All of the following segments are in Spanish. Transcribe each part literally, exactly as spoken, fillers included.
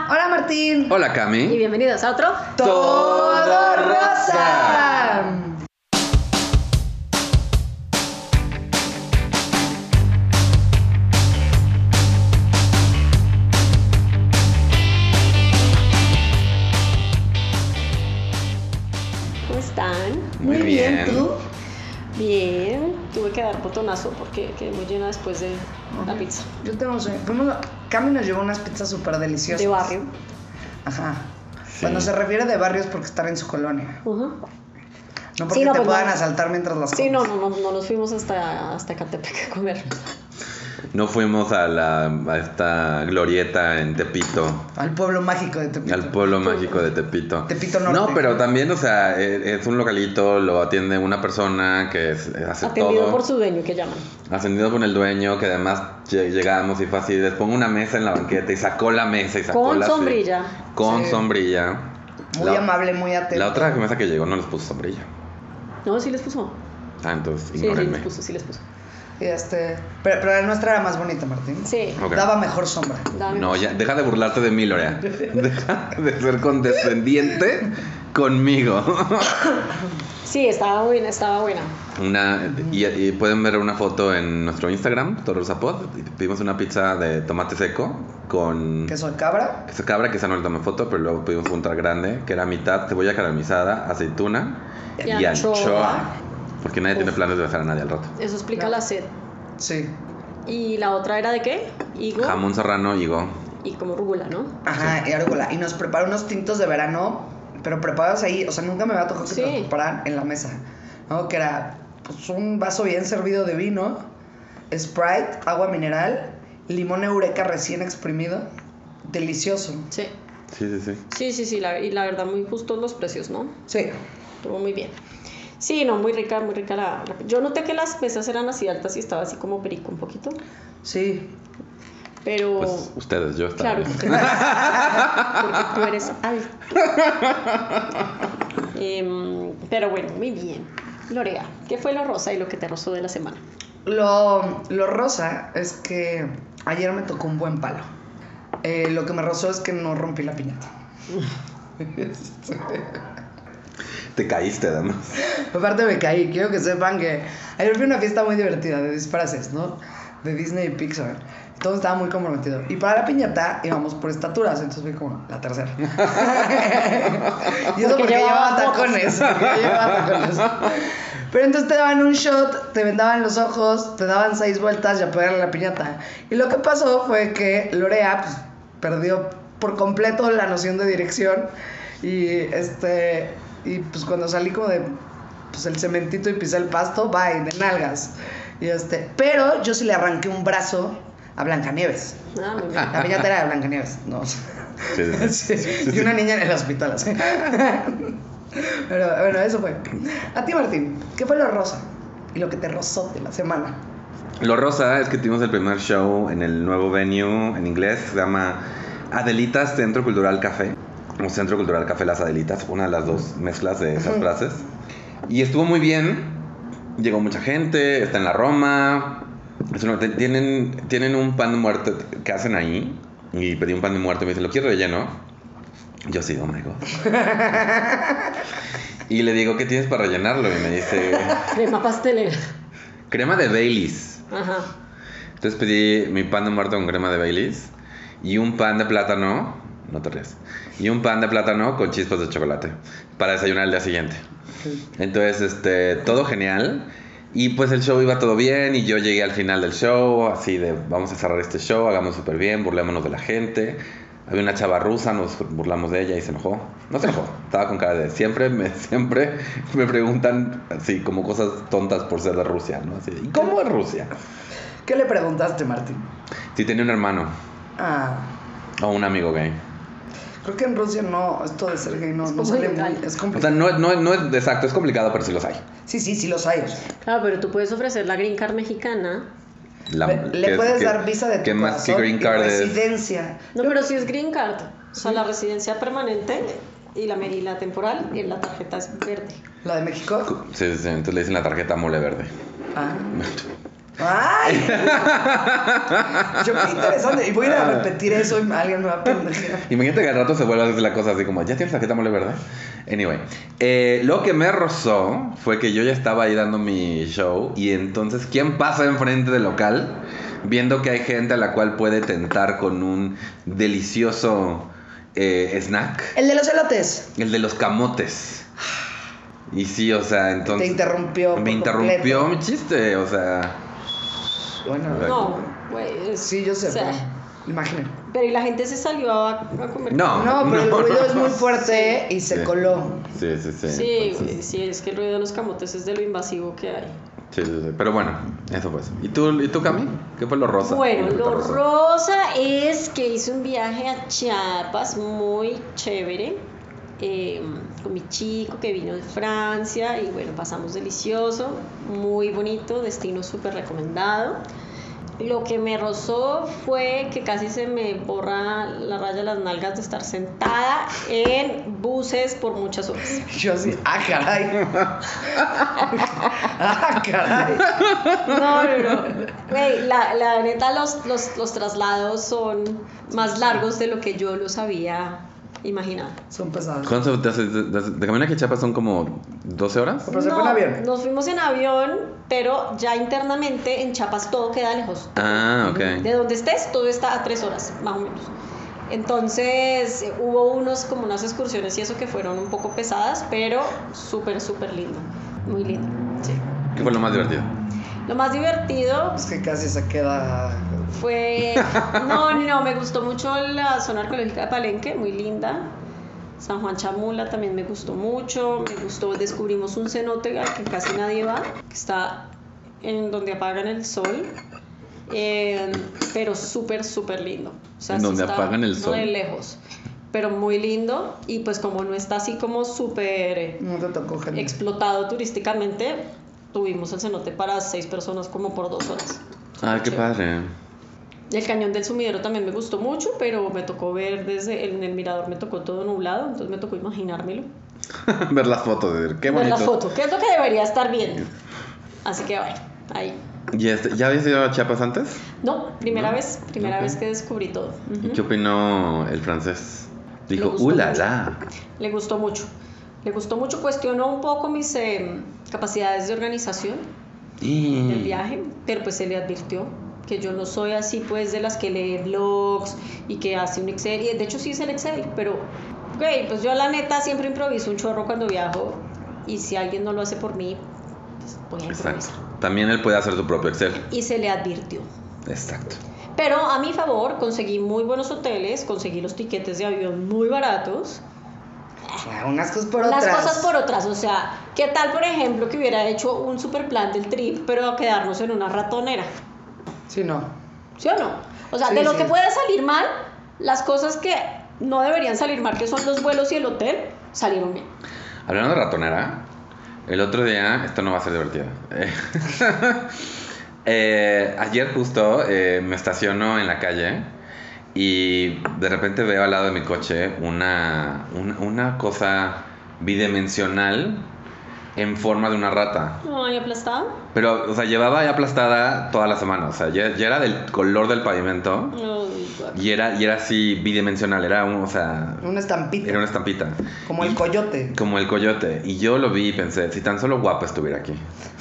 Hola Martín. Hola Cami. Y bienvenidos a otro Todo Rosa. ¿Cómo están? Muy bien. ¿Tú? Bien. Tuve que dar botonazo porque quedé muy llena después de la pizza. Yo tengo sueño. Fuimos a- Cami nos llevó unas pizzas súper deliciosas. De barrio. Ajá. Sí. Cuando se refiere de barrio es porque están en su colonia. Ujú. No porque Sí, no, te pues puedan no. asaltar mientras las Sí, comes. no, no, no, no nos fuimos hasta, hasta Catepec a comer. No fuimos a, la, a esta glorieta en Tepito, Al pueblo mágico de Tepito. al pueblo mágico de Tepito. Tepito Norte. No, pero también, o sea, es, es un localito, lo atiende una persona que es- hace Atendido todo. por su dueño, que llaman. Atendido por el dueño, que además lle- llegamos y fue así, les pongo una mesa en la banqueta y sacó la mesa y sacó Con la sombrilla. Con Sí. sombrilla. Muy La- amable, muy atento. La otra mesa que llegó no les puso sombrilla. No, sí les puso. Ah, entonces Sí, sí ignórenme. les puso, sí les puso. Y este... pero, pero la nuestra era más bonita, Martín. Sí. Ok. Daba mejor sombra. Dame. No, ya, deja de burlarte de mí, Lorea. Deja de ser condescendiente conmigo. Sí, estaba buena, estaba buena. Una, y, y pueden ver una foto en nuestro Instagram, Torrosapod. Pedimos una pizza de tomate seco con Queso de cabra. queso cabra, que esa no le tomé foto, pero luego pedimos juntar grande, que era mitad cebolla caramelizada, aceituna Y y, anchoa. anchoa. Porque nadie tiene Uf. planes de besar a nadie al rato. Eso explica No. la sed. Sí. Y la otra era de qué? Higo Jamón serrano, higo. y como rúgula, ¿no? Ajá, y arúgula. Y nos preparó unos tintos de verano, pero preparados ahí. O sea, nunca me había tocado que Sí. te los prepararan en la mesa. ¿No? Que era pues, un vaso bien servido de vino, Sprite, agua mineral, limón Eureka recién exprimido. Delicioso. Sí. Sí, sí, sí. Sí, sí, sí. La, y la verdad, muy justos los precios, ¿no? Sí. Estuvo muy bien. Sí, no, muy rica, muy rica la, la- Yo noté que las mesas eran así altas y estaba así como perico un poquito. Sí. Pero... Pues ustedes, yo estaba claro, bien. porque, porque tú eres alto. Em, pero bueno, muy bien. Lorea, ¿qué fue lo rosa y lo que te rozó de la semana? Lo, lo rosa es que ayer me tocó un buen palo. Eh, lo que me rozó es que no rompí la piñata. Te caíste, además. Aparte me caí, quiero que sepan que ayer fui a una fiesta muy divertida de disfraces, ¿no? De Disney y Pixar. Todo estaba muy comprometido. Y para la piñata íbamos por estaturas, entonces fui como la tercera. Y eso Porque porque llevaba llevaba tacones. Porque yo llevaba tacones. Pero entonces te daban un shot, te vendaban los ojos, te daban seis vueltas y a pegarle la piñata. Y lo que pasó fue que Lorea pues, perdió por completo la noción de dirección. Y este. Y pues cuando salí como de pues el cementito y pisé el pasto, bye, de nalgas. Y este, pero yo sí le arranqué un brazo a Blancanieves. Ah, muy bien. La piñata era de Blancanieves, no. Sí, sí, sí. Sí, y una niña en el hospital, así. Pero bueno, eso fue. A ti, Martín, ¿qué fue lo rosa? Y lo que te rozó de la semana. Lo rosa es que tuvimos el primer show en el nuevo venue en inglés, se llama Adelitas Centro Cultural Café, o Centro Cultural Café Las Adelitas, una de las dos mezclas de esas Ujú. frases. Y estuvo muy bien, llegó mucha gente, está en la Roma, es una- te- tienen, tienen un pan de muerto que hacen ahí, y pedí un pan de muerto y me dice, ¿lo quiero relleno? Yo sí, oh my god. Y le digo, ¿qué tienes para rellenarlo? Y me dice, Crema pastelera. crema de Baileys. Ajá. Entonces pedí mi pan de muerto con crema de Baileys y un pan de plátano, no te rías, y un pan de plátano con chispas de chocolate para desayunar el día siguiente. Entonces, este, todo genial. Y pues el show iba todo bien y yo llegué al final del show, así de, vamos a cerrar este show, hagamos súper bien, burlémonos de la gente. Había una chava rusa, nos burlamos de ella y se enojó. No se enojó, estaba con cara de... Siempre me, siempre me preguntan así como cosas tontas por ser de Rusia, ¿no? Así de, ¿y cómo es Rusia? ¿Qué le preguntaste, Martín? Si tenía un hermano Ah, o un amigo gay. creo que en Rusia no, esto de ser gay no, Es no como sale ilegal. muy... Es O sea, complicado. no, no, no es exacto, es complicado, pero sí los hay. Sí, sí, sí los hay. Claro, pero tú puedes ofrecer la green card mexicana. La- Le, le que- puedes que- dar visa de tu que más que corazón green y card es... residencia. No, pero si es green card. O sea, la residencia permanente y la, y la temporal y la tarjeta es verde. ¿La de México? Sí, sí, sí, entonces le dicen la tarjeta mole verde. Ah. ¡Ay! Yo qué interesante. Y voy a ir a repetir eso y alguien me va a pendejear. Imagínate que al rato se vuelve a hacer la cosa así como, ¿ya tienes tarjeta mole, verdad? Anyway, eh, lo que me rozó fue que yo ya estaba ahí dando mi show y entonces, ¿quién pasa enfrente del local? Viendo que hay gente a la cual puede tentar con un delicioso eh, snack. El de los elotes. El de los camotes. Y sí, o sea, entonces... Te interrumpió por Me interrumpió completo. mi chiste, o sea... Bueno, No, güey. es- sí, yo sé, o sea, pero imaginen. pero y la gente se salió a, a comer. No. No, pero el no, ruido no, es muy no. fuerte y se Sí. coló. Sí, sí, sí. Sí, entonces- güey, sí, es que el ruido de los camotes es de lo invasivo que hay. Sí, sí, sí. Pero bueno, eso fue eso. ¿Y tú, ¿y tú Cami? ¿Qué fue lo rosa? Bueno, ¿Qué fue lo rosa? rosa es que hice un viaje a Chiapas muy chévere. eh, con mi chico que vino de Francia y bueno, pasamos delicioso, muy bonito, destino súper recomendado. Lo que me rozó fue que casi se me borra la raya de las nalgas de estar sentada en buses por muchas horas. Yo así, ah, caray. ah, caray. No, no, no. Güey, la, la neta, los, los, los traslados son más largos de lo que yo los había imaginado. Son pesados. ¿Cuánto te hace- de, de, de camino aquí a Chiapas son como doce horas? Pero se fue en avión. Nos fuimos en avión, pero ya internamente en Chiapas todo queda lejos. Ah, ok. De donde estés, todo está a tres horas, más o menos. Entonces eh, hubo unos como unas excursiones y eso que fueron un poco pesadas, pero súper, súper lindo. Muy lindo, sí. ¿Qué fue lo más divertido? Lo más divertido Es que casi se queda. fue... No, no, no, me gustó mucho la zona arqueológica de Palenque, muy linda. San Juan Chamula también me gustó mucho. Me gustó, descubrimos un cenote al que casi nadie va, que está en donde apagan el sol. Eh, pero súper, súper lindo. O sea, ¿En sí donde está apagan el sol? de lejos. Pero muy lindo. Y pues como no está así como súper eh, No te tocó gente. explotado turísticamente, tuvimos el cenote para seis personas como por dos horas. Ah, qué Sí. padre. El cañón del Sumidero también me gustó mucho, pero me tocó ver desde en el mirador, me tocó todo nublado, entonces me tocó imaginármelo. Ver las fotos, de qué Ver bonito. la foto, que es lo que debería estar viendo. Así que bueno, ahí. ¿Y este, ¿Ya habías ido a Chiapas antes? No, primera ¿No? vez, primera Ok. vez que descubrí todo. Ujú. ¿Y qué opinó el francés? Dijo, Le gustó ¡uh, la, mucho. la! Le gustó mucho. Le gustó mucho, cuestionó un poco mis eh, capacidades de organización Y... del viaje, pero pues se le advirtió que yo no soy así pues de las que lee blogs y que hace un Excel, y de hecho sí es el Excel, pero güey, pues yo la neta siempre improviso un chorro cuando viajo y si alguien no lo hace por mí, pues voy a improvisar. Exacto. También él puede hacer su propio Excel. Y se le advirtió. Exacto. Pero a mi favor, conseguí muy buenos hoteles, conseguí los tiquetes de avión muy baratos. Ah, unas cosas por Las otras. cosas por otras, o sea, ¿qué tal, por ejemplo, que hubiera hecho un super plan del trip, pero quedarnos en una ratonera? Sí, no. ¿Sí o no? O sea, Sí, de lo sí. que puede salir mal, las cosas que no deberían salir mal, que son los vuelos y el hotel, salieron bien. Hablando de ratonera, el otro día, esto no va a ser divertido. Eh, eh, ayer justo eh, me estaciono en la calle y de repente veo al lado de mi coche una, una, una cosa bidimensional en forma de una rata. Ay, aplastado. Pero, o sea, llevaba ya aplastada toda la semana. O sea, ya, ya era del color del pavimento Ay, guau. y era, y era así bidimensional. Era un, o sea, Una estampita. era una estampita. Como el Y- coyote. Como el coyote. Y yo lo vi y pensé, si tan solo guapa estuviera aquí.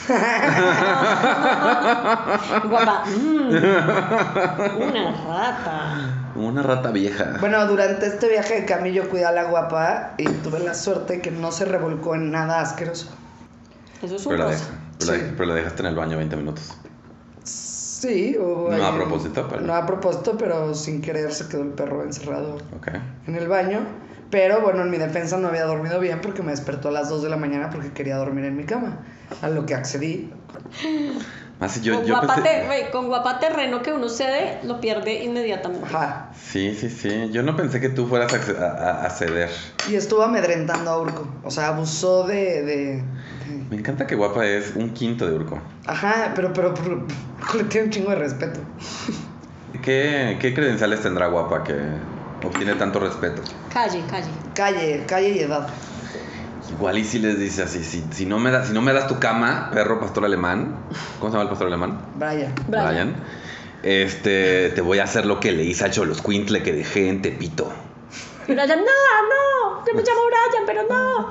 Guapa. Mm, una rata. Una rata vieja. Bueno, durante este viaje de Camillo cuidé a la guapa y tuve la suerte que no se revolcó en nada asqueroso. Eso es un pero, la rosa. deja- pero, la- Sí. pero la dejaste en el baño veinte minutos. Sí, o No a propósito, pero- No a propósito, pero sin querer se quedó el perro encerrado Ok. en el baño. Pero bueno, en mi defensa no había dormido bien porque me despertó a las dos de la mañana porque quería dormir en mi cama. A lo que accedí. Así yo, con, yo guapa pensé- te- güey, con guapa terreno que uno cede, lo pierde inmediatamente. Ajá. Sí, sí, sí. Yo no pensé que tú fueras a, acce- a- a- a ceder. Y estuvo amedrentando a Urco. O sea, abusó de, de, de- Me encanta que guapa es un quinto de Urco. Ajá, pero, pero, pero, le tiene un chingo de respeto. ¿Qué, qué credenciales tendrá guapa que obtiene tanto respeto? Calle, calle. Calle, calle y edad. igual y si les dice así, si, si, no me da, si no me das tu cama, perro pastor alemán, ¿cómo se llama el pastor alemán? Brian. Brian. Brian. Este, te voy a hacer lo que le hice a Xoloscuintle que dejé en Tepito. Y Brian, no, no, yo me llamo Brian, pero no.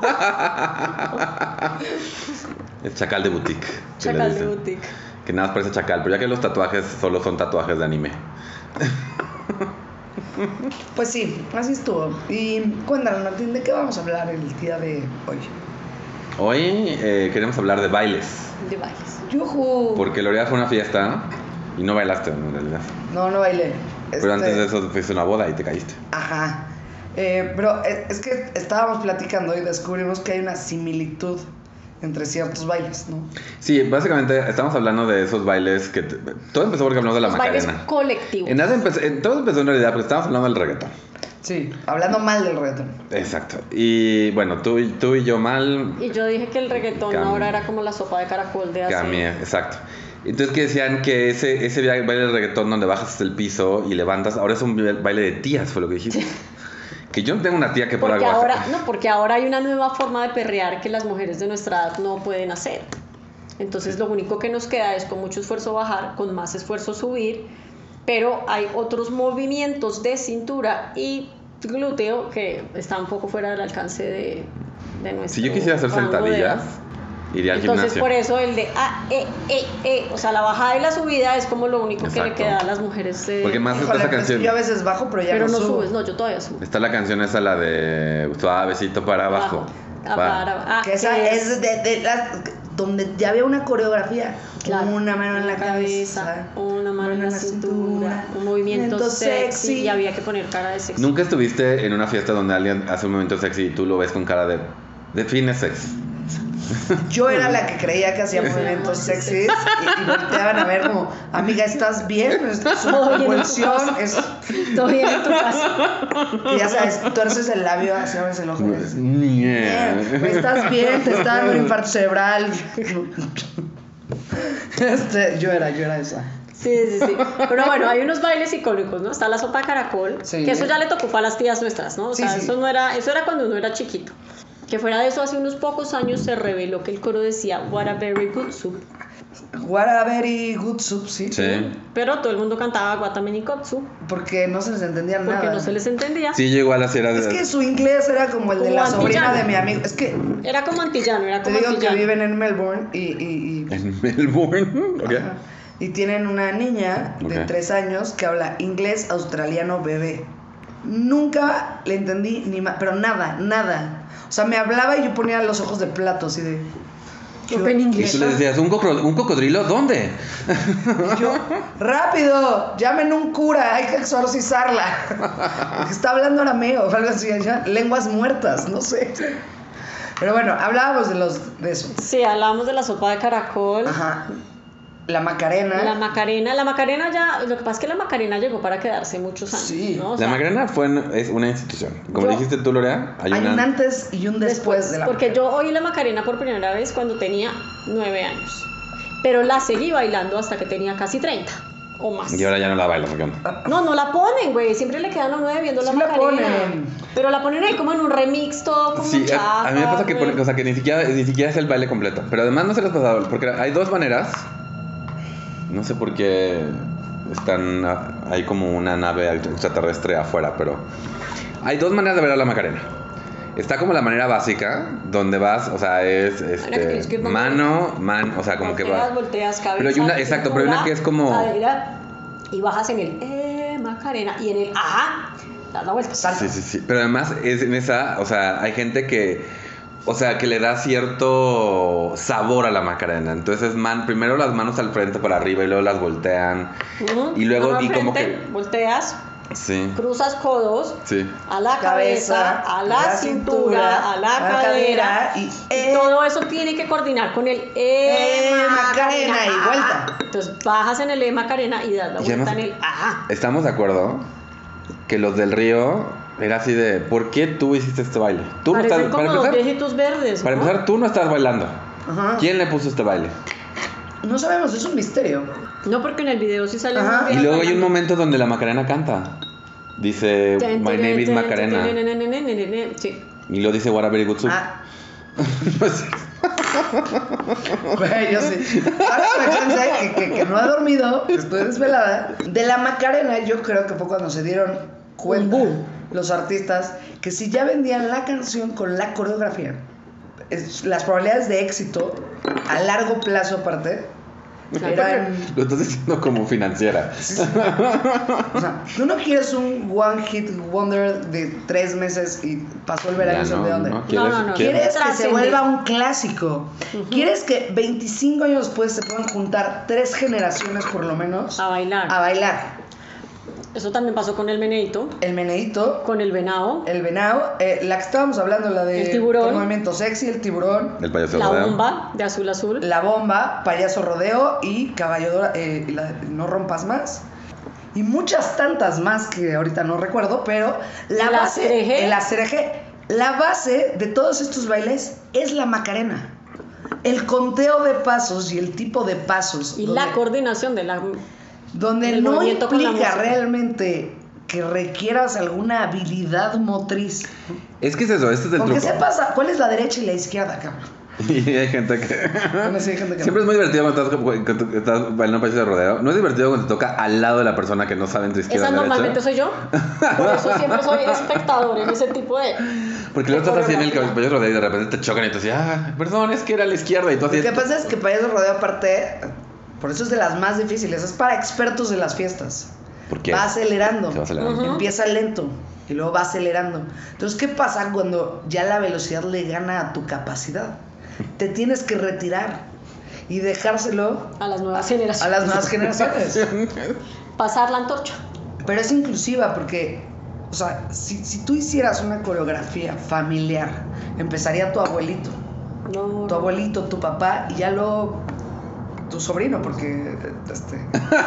El chacal de boutique. que le Chacal de dicen. boutique. Que nada más parece chacal, pero ya que los tatuajes solo son tatuajes de anime. Pues sí, así estuvo. Y cuéntanos, Martín, ¿de qué vamos a hablar el día de hoy? Hoy eh, queremos hablar de bailes. De bailes. ¡Yujú! Porque Lorea fue a una fiesta y no bailaste en realidad. No, no bailé. Pero Este, antes de eso fuiste a una boda y te caíste. Ajá. Eh, pero es, es que estábamos platicando y descubrimos que hay una similitud entre ciertos bailes, ¿no? Sí, básicamente estamos hablando de esos bailes que... te- todo empezó porque hablamos de la Los bailes Macarena. colectivos. En nada empezó, en- todo empezó en realidad porque estábamos hablando del reggaetón. Sí, hablando mal del reggaetón. Exacto. Y bueno, tú, y- tú y yo mal... Y yo dije que el reggaetón Cam- ahora era como la sopa de caracol de hace... Cambié, exacto. Entonces que decían que ese, ese baile del reggaetón donde bajas hasta el piso y levantas, ahora es un baile de tías, fue lo que dijiste. Que yo no tengo una tía que por Porque algo hace- ahora, no, porque ahora hay una nueva forma de perrear que las mujeres de nuestra edad no pueden hacer. Entonces lo único que nos queda es con mucho esfuerzo bajar, con más esfuerzo subir, pero hay otros movimientos de cintura y glúteo que están un poco fuera del alcance de, de nuestro Si yo quisiera hacer rango de sentadillas, edad. iría al Entonces gimnasio. por eso el de ah, eh, eh, eh, o sea, la bajada y la subida es como lo único que le Exacto. queda a las mujeres. eh, Porque más está Híjole, esa pues canción. yo a veces bajo, pero ya pero no, no subo. subes, no, yo todavía subo. Está la canción esa, la de suavecito para abajo. Ah, Va. para- ah, Que esa que es de, de las... donde ya había una coreografía. Claro. Una mano en la cabeza, una mano en la cintura, un movimiento movimiento sexy, sexy. y había que poner cara de sexy. ¿Nunca estuviste en una fiesta donde alguien hace un movimiento sexy y tú lo ves con cara de... Define sexy? Yo era la que creía que hacía Sí. movimientos sexys y, y volteaban a ver como, amiga, ¿estás bien? Es Todo una bien en tu convulsión, casa. es Todo bien en tu casa. que ya sabes, tuerces el labio, así abres el ojo. y dices, Yeah. Bien, ¿estás bien? Te está dando un infarto cerebral. Este, yo era, yo era esa. Sí, sí, sí. Pero bueno, hay unos bailes icónicos, ¿no? Está la sopa de caracol, Sí. que eso ya le tocó fue a las tías nuestras, ¿no? O Sí, sea, sí. eso no era, eso era cuando uno era chiquito. Que fuera de eso, hace unos pocos años se reveló que el coro decía What a very good soup. What a very good soup, sí. Sí. Pero todo el mundo cantaba Guatamenikotsu Porque no se les entendía porque nada. no se les entendía. Sí, yo igual así era de... Es que su inglés era como el de Como la sobrina antillano. de mi amigo. Es que Era como antillano, era te como digo que antillano. viven en Melbourne y, y, y En Melbourne. ¿Ok? Ajá. Y tienen una niña de Ok. tres años que habla inglés australiano bebé. Nunca le entendí ni más, pero nada, nada. O sea, me hablaba y yo ponía los ojos de plato así de... Open Y English. tú le decías, ¿un, cocro- un cocodrilo? ¿Dónde? Y yo, rápido, llamen un cura, hay que exorcizarla. Porque está hablando arameo o algo así, ya, lenguas muertas, no sé. Pero bueno, hablábamos de los de eso. Sí, hablábamos de la sopa de caracol. Ajá. La Macarena. La Macarena, la Macarena ya, lo que pasa es que la Macarena llegó para quedarse muchos años, Sí. ¿no? O La sea, Macarena fue en- es una institución. Como Yo- dijiste tú, Lorea, hay, Hay una... un antes y un después, de la porque Macarena. yo oí la Macarena por primera vez cuando tenía nueve años, pero la seguí bailando hasta que tenía casi treinta o más. Y ahora ya no la bailas, ¿qué onda? No, no la ponen, güey, siempre le quedan a nueve viendo la Sí la Macarena. ponen. Pero la ponen ahí como en un remix todo como Sí, a, chafa, a mí me pasa que, güey. ponen- o sea, que ni siquiera, ni siquiera es el baile completo. Pero además no se les pasa, porque hay dos maneras. No sé por qué están, ah, hay como una nave extraterrestre afuera, pero hay dos maneras de ver a la Macarena. Está como la manera básica, donde vas, o sea, es Una que este, tienes que ir mano, man, o sea, como que volteas, vas. volteas, cabeza, Pero hay una, exacto, pero hay una que es como... cadera, y bajas en el eh, Macarena y en el ajá, das la vuelta. Salta. Sí, sí, sí. Pero además es en esa, o sea, hay gente que, o sea, que le da cierto sabor a la Macarena. Entonces, man, primero las manos al frente para arriba y luego las voltean. Ujú, Y luego, mano al y como frente, que... volteas, Sí, cruzas codos sí. a la cabeza, a la, cintura, a la, a la cadera, cadera, y, y eh, todo eso tiene que coordinar con el E Eh, Macarena, y ajá. vuelta. Entonces bajas en el E Macarena y das la Y vuelta además- en el ajá. Estamos de acuerdo que los del Río era así de, ¿por qué tú hiciste este baile? Tú no Parecen estás, como para dos empezar, viejitos verdes, para ¿no? empezar, tú no estás bailando. Ajá. ¿Quién le puso este baile? No sabemos, es un misterio. No, porque en el video sí sale Ajá. una Y vieja luego hay un bailando. momento donde la Macarena canta. Dice, Ten, My ten, name is ten, Macarena. ten, ten, ten, ten, ten, ten. Sí. Y lo dice What a very good soup. Ah, Güey, yo sí. Ahora me chance que, que, que no he dormido, que estoy desvelada. De la Macarena, yo creo que fue cuando se dieron cuenta los artistas que si ya vendían la canción con la coreografía, es, las probabilidades de éxito a largo plazo aparte eran... Lo estás diciendo como financiera. Sí, sí. O sea, tú no quieres un one hit wonder de tres meses y pasó el verano y se no, de dónde. no, ¿quieres, No, no, no. Quieres que se Trascender. vuelva un clásico. Uh-huh. Quieres que veinticinco años después se puedan juntar tres generaciones por lo menos A bailar. a bailar. Eso también pasó con el meneíto, El meneíto, con el venado, el venado, eh, la que estábamos hablando, la de El tiburón. el movimiento sexy, el tiburón, El payaso la rodeo. bomba de azul azul. la bomba, payaso rodeo y caballo dora- eh, la- no rompas más. Y muchas tantas más que ahorita no recuerdo, pero la ¿El base, astereje? el astereje, la base de todos estos bailes es la Macarena. El conteo de pasos y el tipo de pasos. Y donde- la coordinación de la... Donde el no movimiento con la implica música. realmente que requieras alguna habilidad motriz. Es que es eso, este es el Aunque truco. sepas a- cuál es la derecha y la izquierda, cabrón. Y hay gente que... Bueno, sí, hay gente que Siempre no. es muy divertido cuando estás, cuando estás bailando un payaso de rodeo. No es divertido cuando te toca al lado de la persona que no sabe entre izquierda Esa y derecha. normalmente soy yo. Por eso siempre soy espectador en ese tipo de... Porque luego estás así en el coreografía. payaso de rodeo y de repente te chocan y tú así, ah, perdón, es que era a la izquierda y tú así... Lo que pasa es que payaso rodeo aparte, por eso es de las más difíciles, es para expertos de las fiestas. ¿Por qué? Va acelerando. Se va acelerando. Ujú. Empieza lento y luego va acelerando. Entonces, ¿qué pasa cuando ya la velocidad le gana a tu capacidad? Te tienes que retirar y dejárselo A las nuevas a generaciones. las nuevas generaciones. Pasar la antorcha. Pero es inclusiva porque, o sea, si, si tú hicieras una coreografía familiar, empezaría tu abuelito, No, tu abuelito, tu papá y ya luego tu sobrino, porque este.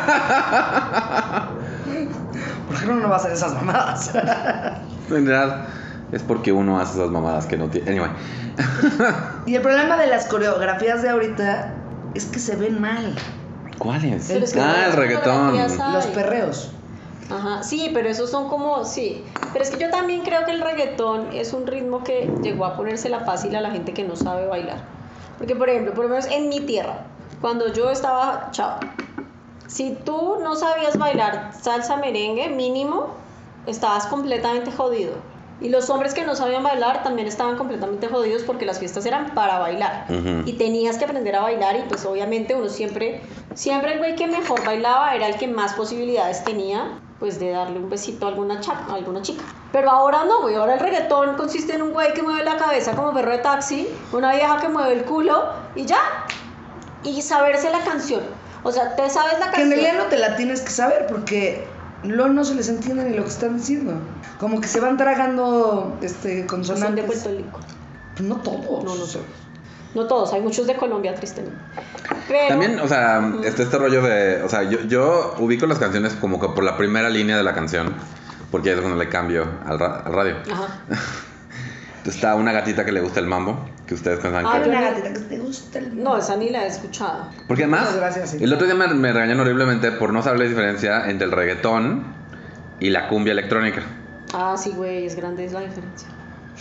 ¿Por qué uno no va a hacer esas mamadas? En realidad es porque uno hace esas mamadas que no tiene... Anyway. Y el problema de las coreografías de ahorita es que se ven mal. ¿Cuáles? Pero es que Ah, el las reggaetón. coreografías hay. Los perreos. Ajá, sí, pero esos son como, sí. Pero es que yo también creo que el reggaetón es un ritmo que llegó a ponérsela fácil a la gente que no sabe bailar. Porque, por ejemplo, por lo menos en mi tierra, cuando yo estaba chao, si tú no sabías bailar salsa merengue, mínimo, estabas completamente jodido. Y los hombres que no sabían bailar también estaban completamente jodidos porque las fiestas eran para bailar. Ujú. Y tenías que aprender a bailar y pues obviamente uno siempre, siempre el güey que mejor bailaba era el que más posibilidades tenía pues de darle un besito a alguna, cha- a alguna chica. Pero ahora no, güey, ahora el reggaetón consiste en un güey que mueve la cabeza como perro de taxi, una vieja que mueve el culo y ya. Y saberse la canción. O sea, te sabes la Que en canción. realidad no te la tienes que saber porque luego no se les entiende ni lo que están diciendo. Como que se van tragando este, Son de consonantes. Puerto Rico. Pues no todos. No, no todos. No todos, hay muchos de Colombia, tristemente. Pero, También, o sea, Ujú. este, este rollo de... O sea, yo, yo ubico las canciones como que por la primera línea de la canción. Porque es cuando le cambio al, ra- al radio. Ajá. Está una gatita que le gusta el mambo. Que ustedes piensan Ah, Hay que... una yo- gatita que te gusta el... No, esa ni la he escuchado. Porque además, Muchas gracias, sí. el otro día me, me regañan horriblemente por no saber la diferencia entre el reggaetón y la cumbia electrónica. Ah, sí, güey, es grande es la diferencia.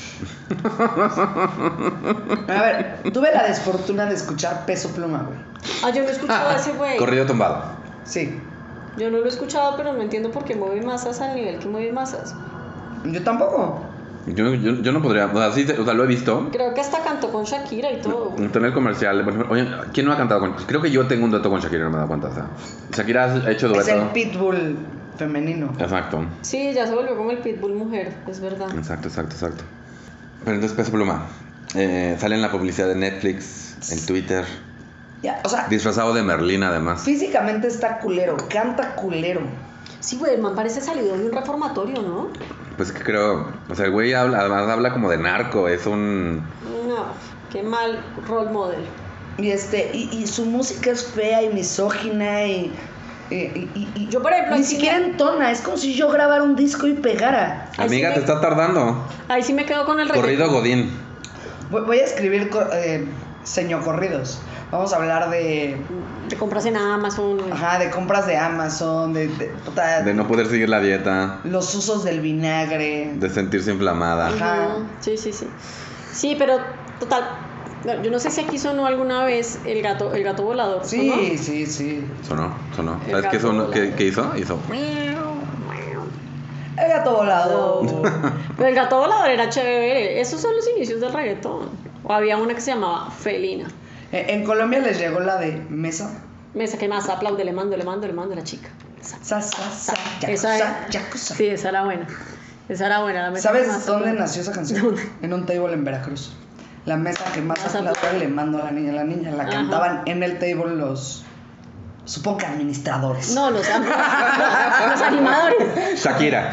A ver, tuve la desfortuna de escuchar Peso Pluma, güey. Ah, yo no he escuchado a ese güey. Corrido tumbado. Sí. Yo no lo he escuchado, pero no entiendo por qué mueve masas al nivel que mueve masas. Yo tampoco. Yo, yo, yo no podría... O sea, sí, o sea, lo he visto. Creo que hasta cantó con Shakira y todo. En el comercial, por ejemplo, oye, ¿quién no ha cantado con...? Creo que yo tengo un dueto con Shakira, no me he dado cuenta. O sea, Shakira ha hecho dueto. Es el pitbull femenino. Exacto, Sí, ya se volvió como el pitbull mujer, es verdad. exacto, exacto, exacto. Pero entonces Peso Pluma eh, sale en la publicidad de Netflix, en Twitter, Ya, o sea, disfrazado de Merlín además. físicamente está culero, canta culero. Sí, güey, el man parece salido de un reformatorio, ¿no? Pues que creo, o sea, el güey habla, además habla como de narco, es un... No, qué mal role model. Y este, y, y su música es fea y misógina y. y, y- y- Yo, por ejemplo, ni ahí sí siquiera me- entona, es como si yo grabara un disco y pegara. Ahí Amiga, sí te me- está tardando. Ahí sí me quedo con el Corrido reggaetón. Godín. Voy, voy a escribir co- eh, señocorridos. Vamos a hablar de. Te compras en Amazon, güey. Ajá, de compras de Amazon, de. de, puta, De no poder seguir la dieta, los usos del vinagre. de sentirse inflamada. Ajá. Ujú, sí, sí, sí. Sí, pero total, yo no sé si aquí sonó alguna vez el gato, el gato volador. Sí, ¿sonó? sí, sí. Sonó, sonó. El ¿Sabes qué, gato sonó, qué, volador. qué hizo? Hizo. El gato volador. Pero el gato volador era chévere. Esos son los inicios del reggaetón. O había una que se llamaba Felina. Eh, En Colombia les llegó la de mesa. Mesa que más aplaude, le mando, le mando, le mando a la chica. Esa, Sa, sa, sa, esa yakuza, era- yakuza. Sí, esa era buena. Esa era buena. La mesa que ¿Sabes más dónde aplaude. nació esa canción? ¿Dónde? En un table en Veracruz. La mesa que más Más aplaude aplaude. le mando a la niña. La niña la Ajá. cantaban en el table los, supongo que administradores. No, los, los animadores. Shakira.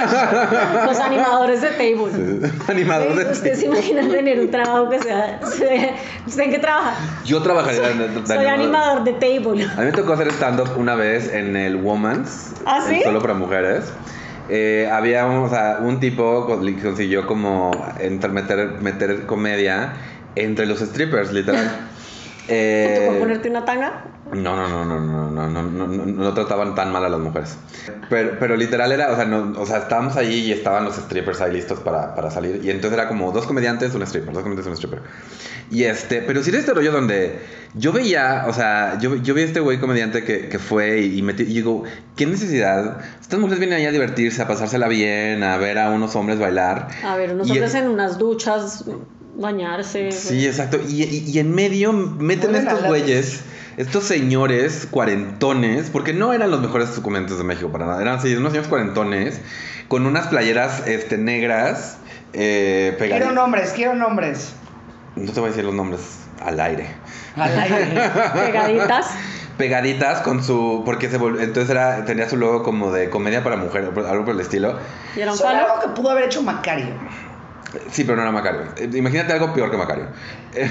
Los animadores de table. Animador de ¿Ustedes se imaginan tener un trabajo que sea... se- ¿Usted en qué trabaja? Yo trabajaría de, de- de Soy animador de table. A mí me tocó hacer stand-up una vez en el Woman's. ¿Ah, sí? el Solo para mujeres. Eh, había un, o sea, un tipo que consiguió como entre- meter, meter comedia entre los strippers, literal. ¿Te tocó Eh, ponerte una tanga? No, no, no, no, no, no, no, no, no, no trataban tan mal a las mujeres. Pero, pero literal era, o sea, no, o sea, estábamos ahí y estaban los strippers ahí listos para, para salir. Y entonces era como dos comediantes, un stripper, dos comediantes, un stripper. Y este, pero sí era este rollo donde yo veía, o sea, yo, yo vi a este güey comediante que, que fue y, y metió, y digo, ¿qué necesidad? Estas mujeres vienen ahí a divertirse, a pasársela bien, a ver a unos hombres bailar. A ver, unos Y hombres en- en unas duchas, bañarse. Sí, exacto. Y, y, y en medio meten Huelen a estos látex. güeyes, estos señores cuarentones, porque no eran los mejores comediantes de México para nada, eran así, unos señores cuarentones, con unas playeras este, negras, eh, Quiero pegaditas. nombres, quiero nombres. No te voy a decir los nombres al aire. Al aire. Pegaditas. Pegaditas con su. Porque se vol- entonces era, tenía su logo como de comedia para mujeres, algo por el estilo. Y era un Son palo. algo que pudo haber hecho Macario. Sí, pero no era Macario. Eh, Imagínate algo peor que Macario. Eh,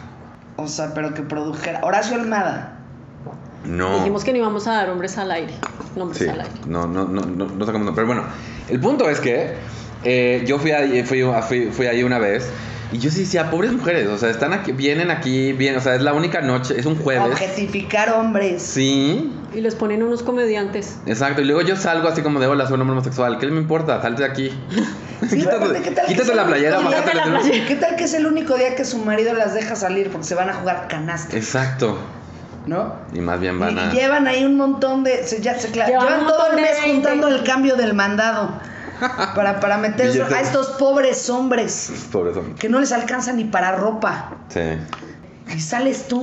O sea, pero que produjera. Horacio Almada. no. Dijimos que no íbamos a dar hombres al aire. Nombres Sí, al aire. no, no, no, no, no sacamos nada. Pero bueno, el punto es que eh, yo fui ahí, fui, fui, fui ahí una vez y yo sí decía, pobres mujeres, o sea, están aquí, vienen aquí, vienen, o sea, es la única noche, es un jueves. Objetificar hombres. Sí, Y les ponen unos comediantes. exacto. Y luego yo salgo así como de, hola, soy un hombre homosexual, ¿qué me importa? Salte de aquí. Sí, quítate aparte, ¿qué tal que quítate es la el playera, único día bájate de la la playera? ¿Qué tal que es el único día que su marido las deja salir porque se van a jugar canasta? Exacto. ¿No? Y más bien Y, van y a... llevan ahí un montón de. Se, ya, se, cla- Llevan llevan un todo montón el de mes veinte. juntando el cambio del mandado. Para, para meter Billetes. a estos pobres hombres Pobres hombres. que no les alcanza ni para ropa. Sí. Y sales tú.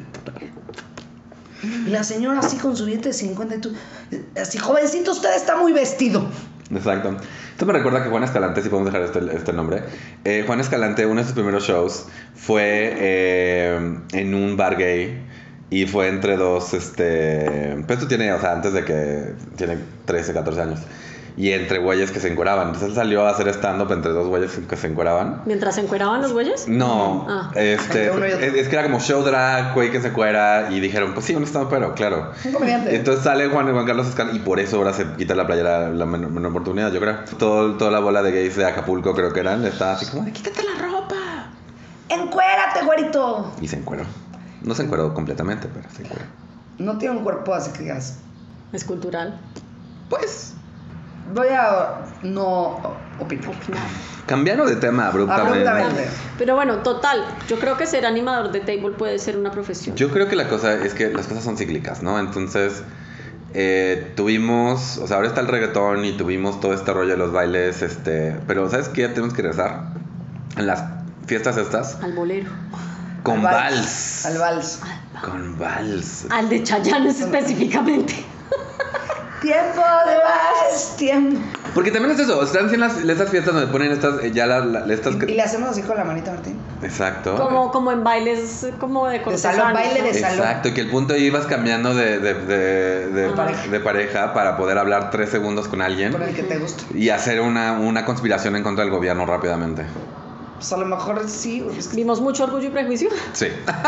Y la señora así con su billete de cincuenta y tú. Así, jovencito, usted está muy vestido. Exacto. Esto me recuerda que Juan Escalante, si podemos dejar este, este nombre, eh, Juan Escalante, uno de sus primeros shows fue eh, en un bar gay y fue entre dos, este... Pues esto tiene, o sea, antes de que tiene trece, catorce años. Y entre güeyes que se encueraban. Entonces él salió a hacer stand-up entre dos güeyes que se encueraban. Mientras se encueraban los güeyes. No, Ah. este, Entre uno y otro. es, es que era como show drag, güey que se cuera y dijeron, pues sí, un stand pero claro. Un comediante. Entonces sale Juan, Juan Carlos Escalante y por eso ahora se quita la playera la menor, menor oportunidad, yo creo. Todo, toda la bola de gays de Acapulco creo que eran, estaba así como de quítate la ropa. ¡Encuérate, güerito! Y se encueró. No se encueró completamente, pero se encueró. No tiene un cuerpo así que digas. Es cultural. Pues, Voy a no opinar. Opinar. cambiando de tema abruptamente. Abruptamente. Pero bueno, total. Yo creo que ser animador de table puede ser una profesión. Yo creo que la cosa es que las cosas son cíclicas, ¿no? Entonces, eh, tuvimos, o sea, ahora está el reggaetón y tuvimos todo este rollo de los bailes, este, pero ¿sabes qué? Tenemos que regresar en las fiestas estas Al bolero. con Al vals. Al vals. Con vals. Al de Chayanne específicamente. Tiempo de vals, tiempo. Porque también es eso, están en las, estas fiestas donde ponen estas, eh, ya la, la- estas... Y, y le hacemos así con la manita, Martín. Exacto. Como, como en bailes como de cortesanos, salón, baile ¿no? de salón. Exacto, y que el punto ibas cambiando de, de, de, de, Ah. Pareja. de pareja para poder hablar tres segundos con alguien Con el que te gusta. y hacer una, una conspiración en contra del gobierno rápidamente. Pues a lo mejor sí. es que- Vimos mucho Orgullo y Prejuicio. Sí.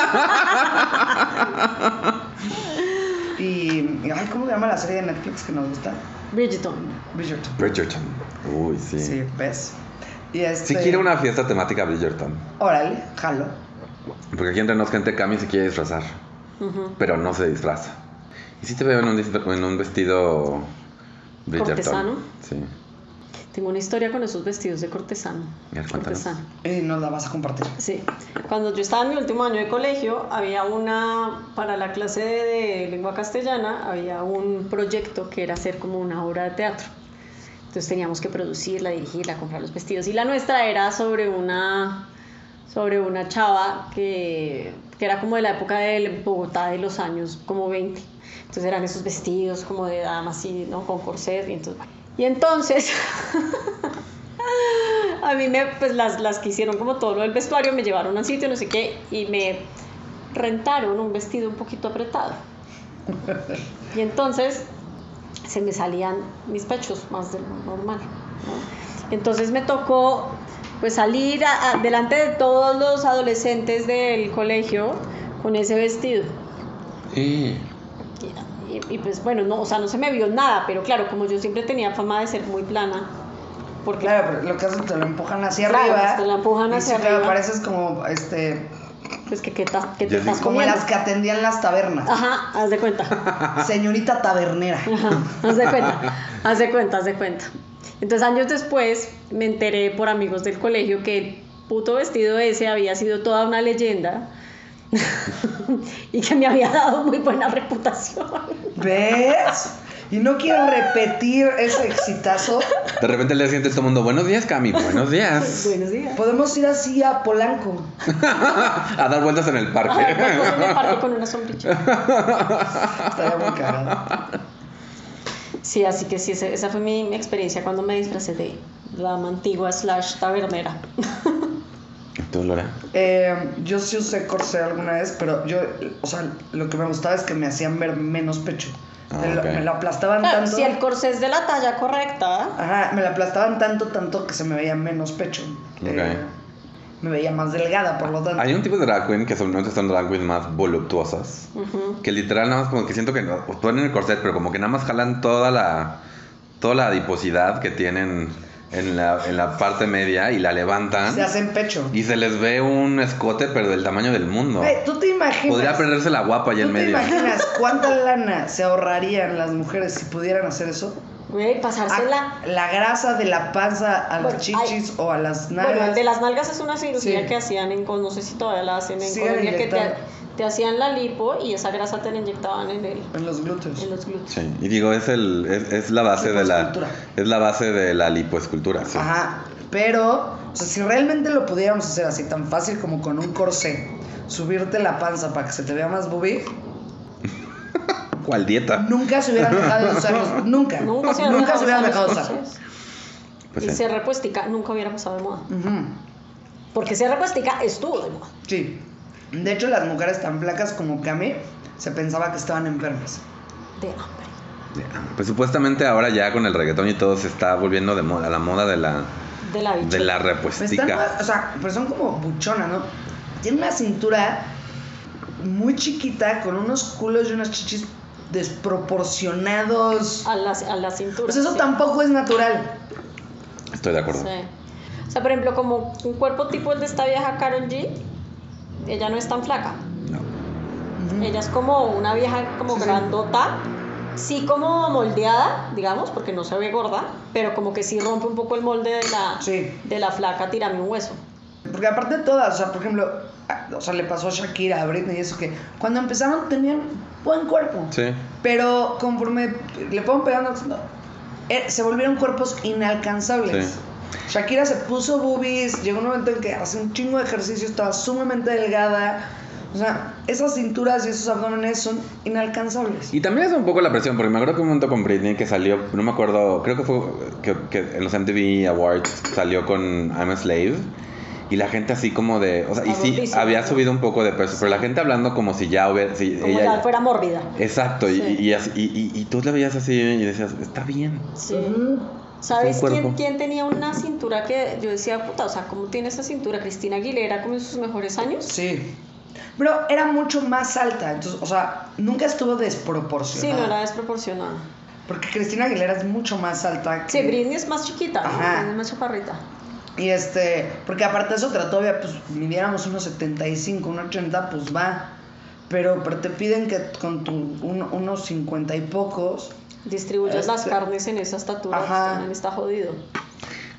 Y, y, ay, ¿cómo se llama la serie de Netflix que nos gusta? Bridgerton. Bridgerton. Bridgerton. Uy, sí. Sí, Sí, ¿ves? Y este... quiero una fiesta temática Bridgerton. Órale, jalo. Porque aquí entre nos gente Cami se quiere disfrazar, Ujú. pero no se disfraza. Y sí te veo en un, dis- en un vestido Bridgerton. ¿Cortesano? Sí. Tengo una historia con esos vestidos de cortesano. Ya, cuéntanos. cortesano. Y nos la vas a compartir. Sí. Cuando yo estaba en mi último año de colegio, había una, para la clase de, de lengua castellana, había un proyecto que era hacer como una obra de teatro. Entonces teníamos que producirla, dirigirla, comprar los vestidos. Y la nuestra era sobre una, sobre una chava que, que era como de la época de Bogotá de los años como veinte. Entonces eran esos vestidos como de dama así, ¿no? Con corset y entonces... Y entonces, a mí me, pues las, las que hicieron como todo lo del vestuario me llevaron a un sitio, no sé qué, y me rentaron un vestido un poquito apretado. Y entonces se me salían mis pechos más de lo normal, ¿no? Entonces me tocó pues salir a, a, delante de todos los adolescentes del colegio con ese vestido. Sí. Y, y pues bueno, no, o sea, no se me vio nada, pero claro, como yo siempre tenía fama de ser muy plana, porque... Claro, pero lo que hacen te lo empujan hacia claro, arriba. te lo empujan hacia y sí, arriba. Claro, pareces como, este... Pues que, que, ta, que te Yo estás sí. Como comiendo. las que atendían las tabernas. Ajá, haz de cuenta. Señorita tabernera. Ajá, haz de cuenta, haz de cuenta, haz de cuenta. Entonces años después me enteré por amigos del colegio que el puto vestido ese había sido toda una leyenda y que me había dado muy buena reputación. ¿Ves? Y no quiero repetir ese exitazo. De repente le siente todo el mundo, buenos días, Cami, buenos días. Buenos días. Podemos ir así a Polanco. A dar vueltas en el parque. Ajá, pues, en el parque con una sombrilla. Estaría muy cagado. Sí, así que sí, esa fue mi, mi experiencia cuando me disfracé de la antigua slash tabernera. ¿Tú, Lora? Eh, yo sí usé corsé alguna vez, pero yo, o sea, lo que me gustaba es que me hacían ver menos pecho. Ah, me, lo, ok. me lo aplastaban Claro, tanto. si el corsé es de la talla correcta, Ajá, me lo aplastaban tanto, tanto que se me veía menos pecho. Ok. Eh, me veía más delgada, por lo tanto. Hay un tipo de drag queen que son, son drag queens más voluptuosas. uh-huh. Que literal nada más como que siento que no, ponen el corset, pero como que nada más jalan toda la toda la adiposidad que tienen en la, en la parte media y la levantan. Se hacen pecho. Y se les ve un escote, pero del tamaño del mundo. Güey, ¿tú te imaginas? Podría perderse la guapa ahí ¿Tú en te medio. imaginas cuánta lana se ahorrarían las mujeres si pudieran hacer eso? güey, pasársela. A- la grasa de la panza a Bueno, las chichis o a las nalgas. Bueno, el de las nalgas es una cirugía Sí. que hacían en, no sé si todavía la hacen en Siguen Colombia, que te, inyectando. te hacían la lipo y esa grasa te la inyectaban en, el, En los glúteos. en los glúteos. Sí, y digo, es el es, es la base de la Lipoescultura. es la base de la lipoescultura, sí. Ajá, pero, o sea, si realmente lo pudiéramos hacer así tan fácil como con un corsé, subirte la panza para que se te vea más boobie, ¿Cuál dieta? nunca se hubieran dejado de usarlos. Nunca. Nunca se, Nunca se hubieran dejado de usar usar. los corsés. Pues y sí. ser repuestica nunca hubiera pasado de moda. Ujú. Porque ser repuestica estuvo de moda. Sí. De hecho, las mujeres tan flacas como Cami se pensaba que estaban enfermas. De hambre. Ya, pues supuestamente ahora ya con el reggaetón y todo se está volviendo de moda, la moda de la De la bichota. de la Pues están, repuestica. o sea, pero son como buchonas, ¿no? Tiene una cintura muy chiquita con unos culos y unas chichis desproporcionados. A la, a la cintura. Pues eso sí. tampoco es natural. Estoy de acuerdo. Sí. O sea, por ejemplo, como un cuerpo tipo el de esta vieja Karol G, ella no es tan flaca. No. Ujú. Ella es como una vieja como Sí, sí. grandota, sí como moldeada, digamos, porque no se ve gorda, pero como que sí rompe un poco el molde de la, Sí. de la flaca, tírame un hueso. Porque aparte de todas, o sea, por ejemplo, a- o sea, le pasó a Shakira, a Britney y eso que cuando empezaron tenían buen cuerpo. Sí. Pero conforme le fueron pegando, no, eh, se volvieron cuerpos inalcanzables. Sí. Shakira se puso boobies, llegó un momento en que hace un chingo de ejercicio, estaba sumamente delgada. O sea, esas cinturas y esos abdómenes son inalcanzables. Y también es un poco la presión, porque me acuerdo que un momento con Britney que salió, no me acuerdo, creo que fue que, que en los M T V Awards salió con I'm a Slave. Y la gente así como de, o sea, y Está sí, gordísima, había ¿no? subido un poco de peso, pero la gente hablando como si ya hubiera, si Como ella, ya fuera mórbida. exacto, y, Sí. y, así- y, y, y tú la veías así y decías, está bien. Sí. Ujú. ¿Sabes Es un quién, cuerpo. quién tenía una cintura que yo decía, puta, o sea, ¿cómo tiene esa cintura? Cristina Aguilera, como en sus mejores años. Sí. Pero era mucho más alta, entonces, o sea, nunca estuvo Sí, desproporcionada. no era desproporcionada. Porque Cristina Aguilera es mucho más alta que... Sí, Britney es más chiquita, ¿no? Ajá. Britney es más chaparrita. Y este, porque aparte de eso trató de, pues, midiéramos unos setenta y cinco, unos ochenta, pues va. Pero, pero te piden que con tu, un- unos cincuenta y pocos. Distribuyes las Este- carnes en esa estatura, Ajá. pues, también está jodido.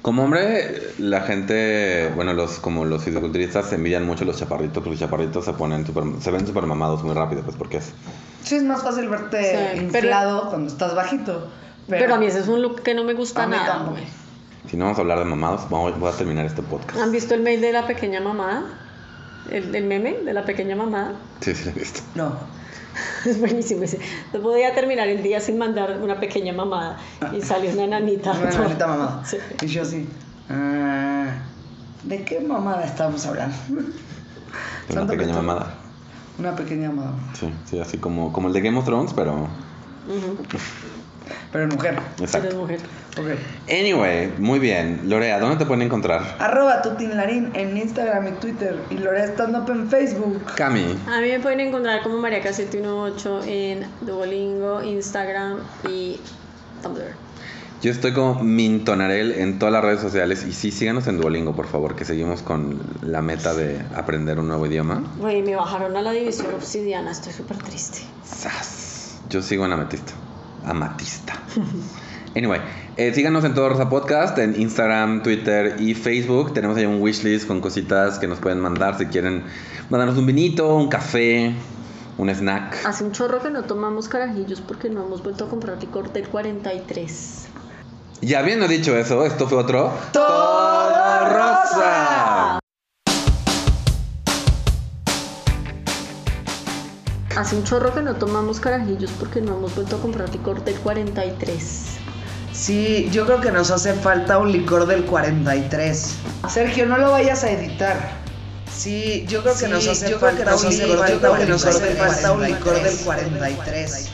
Como hombre, la gente, bueno, los como los fisiculturistas se envidian mucho los chaparritos, porque los chaparritos se ponen super, se ven súper mamados muy rápido, pues porque es... Sí, es más fácil verte Sí, inflado pero, cuando estás bajito. Pero, pero a mí ese es un look que no me gusta a mí nada. tampoco. Si no vamos a hablar de mamados, vamos, voy a terminar este podcast. ¿Han visto el mail de la pequeña mamada? ¿El, el meme de la pequeña mamada? Sí, sí lo he visto. No. Es buenísimo ese. No podía terminar el día sin mandar una pequeña mamada. Y salió una nanita. Una nanita mamada. Sí. Y yo así. Ah, ¿de qué mamada estamos hablando? Una Santo pequeña Cristo. mamada. Una pequeña mamada. Sí, sí, así como, como el de Game of Thrones, pero... Uh-huh. Pero en mujer. Eres Exacto. mujer. Ok. Anyway, muy bien. Lorea, ¿dónde te pueden encontrar? Arroba tutinlarín en Instagram y Twitter. Y Lorea Stand Up en Facebook. Cami. A mí me pueden encontrar como Mariaca siete uno ocho en Duolingo, Instagram y Tumblr. Yo estoy como Mintonarel en todas las redes sociales. Y sí, síganos en Duolingo, por favor, que seguimos con la meta de aprender un nuevo idioma. Güey, me bajaron a la división obsidiana, estoy súper triste. ¡Sas! Yo sigo en Ametista. Amatista. Anyway, eh, síganos en Todo Rosa Podcast, en Instagram, Twitter y Facebook. Tenemos ahí un wishlist con cositas que nos pueden mandar si quieren mandarnos un vinito, un café, un snack. Hace un chorro que no tomamos carajillos porque no hemos vuelto a comprar licor del cuarenta y tres. Ya habiendo dicho eso, esto fue otro Todo Rosa. Hace un chorro que no tomamos carajillos porque no hemos vuelto a comprar licor del cuarenta y tres. Sí, yo creo que nos hace falta un licor del cuarenta y tres. Sergio, no lo vayas a editar. Sí, yo creo que Sí, nos hace yo creo falta que nos un hace licor falta del un licor del cuarenta y tres.